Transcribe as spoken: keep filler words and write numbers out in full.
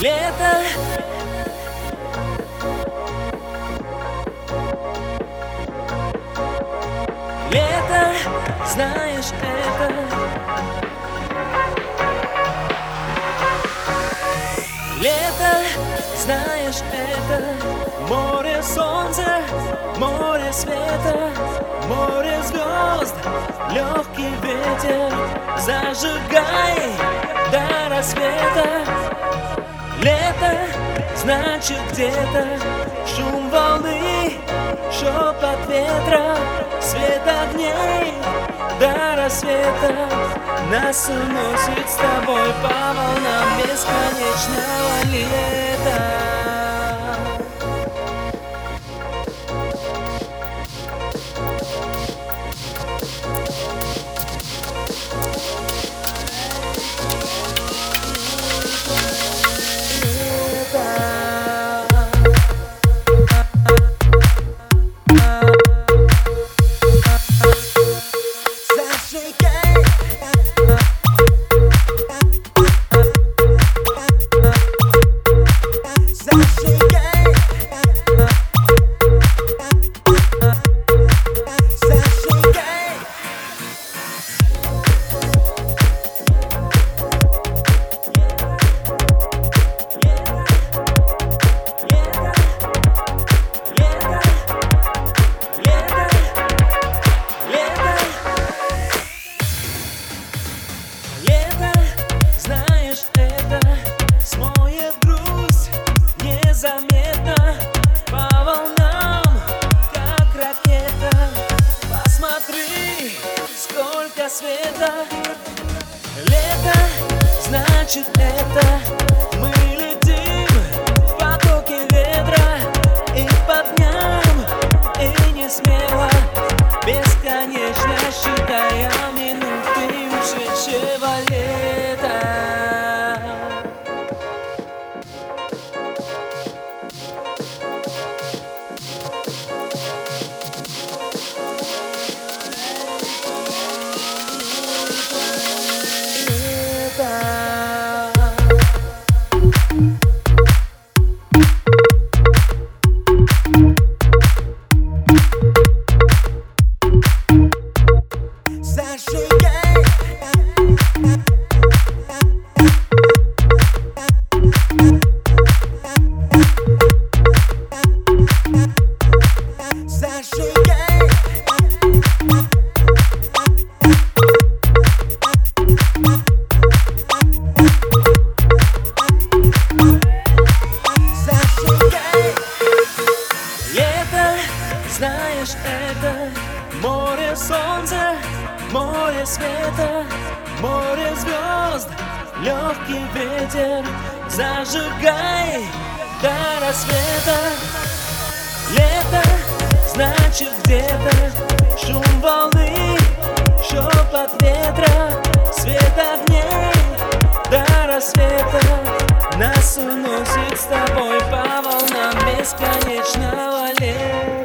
Лето, лето, знаешь это. Лето, знаешь это. Море солнца, море света, море звезд, легкий ветер. Зажигай до рассвета. Лето, значит где-то шум волны, шепот ветра, свет огней до рассвета. Нас уносит с тобой по волнам бесконечного лета. Заметно по волнам, как ракета. Посмотри, сколько света. Лето, значит это. Мы летим в потоке ветра и по дням, и не смело, бесконечно считая минуты ушедшего лета. Знаешь это. Море солнца, море света, море звезд, легкий ветер. Зажигай до рассвета. Лето, значит где-то шум волны, шепот ветра, свет огней до рассвета. Нас уносит с тобой по волнам бесконечного лета.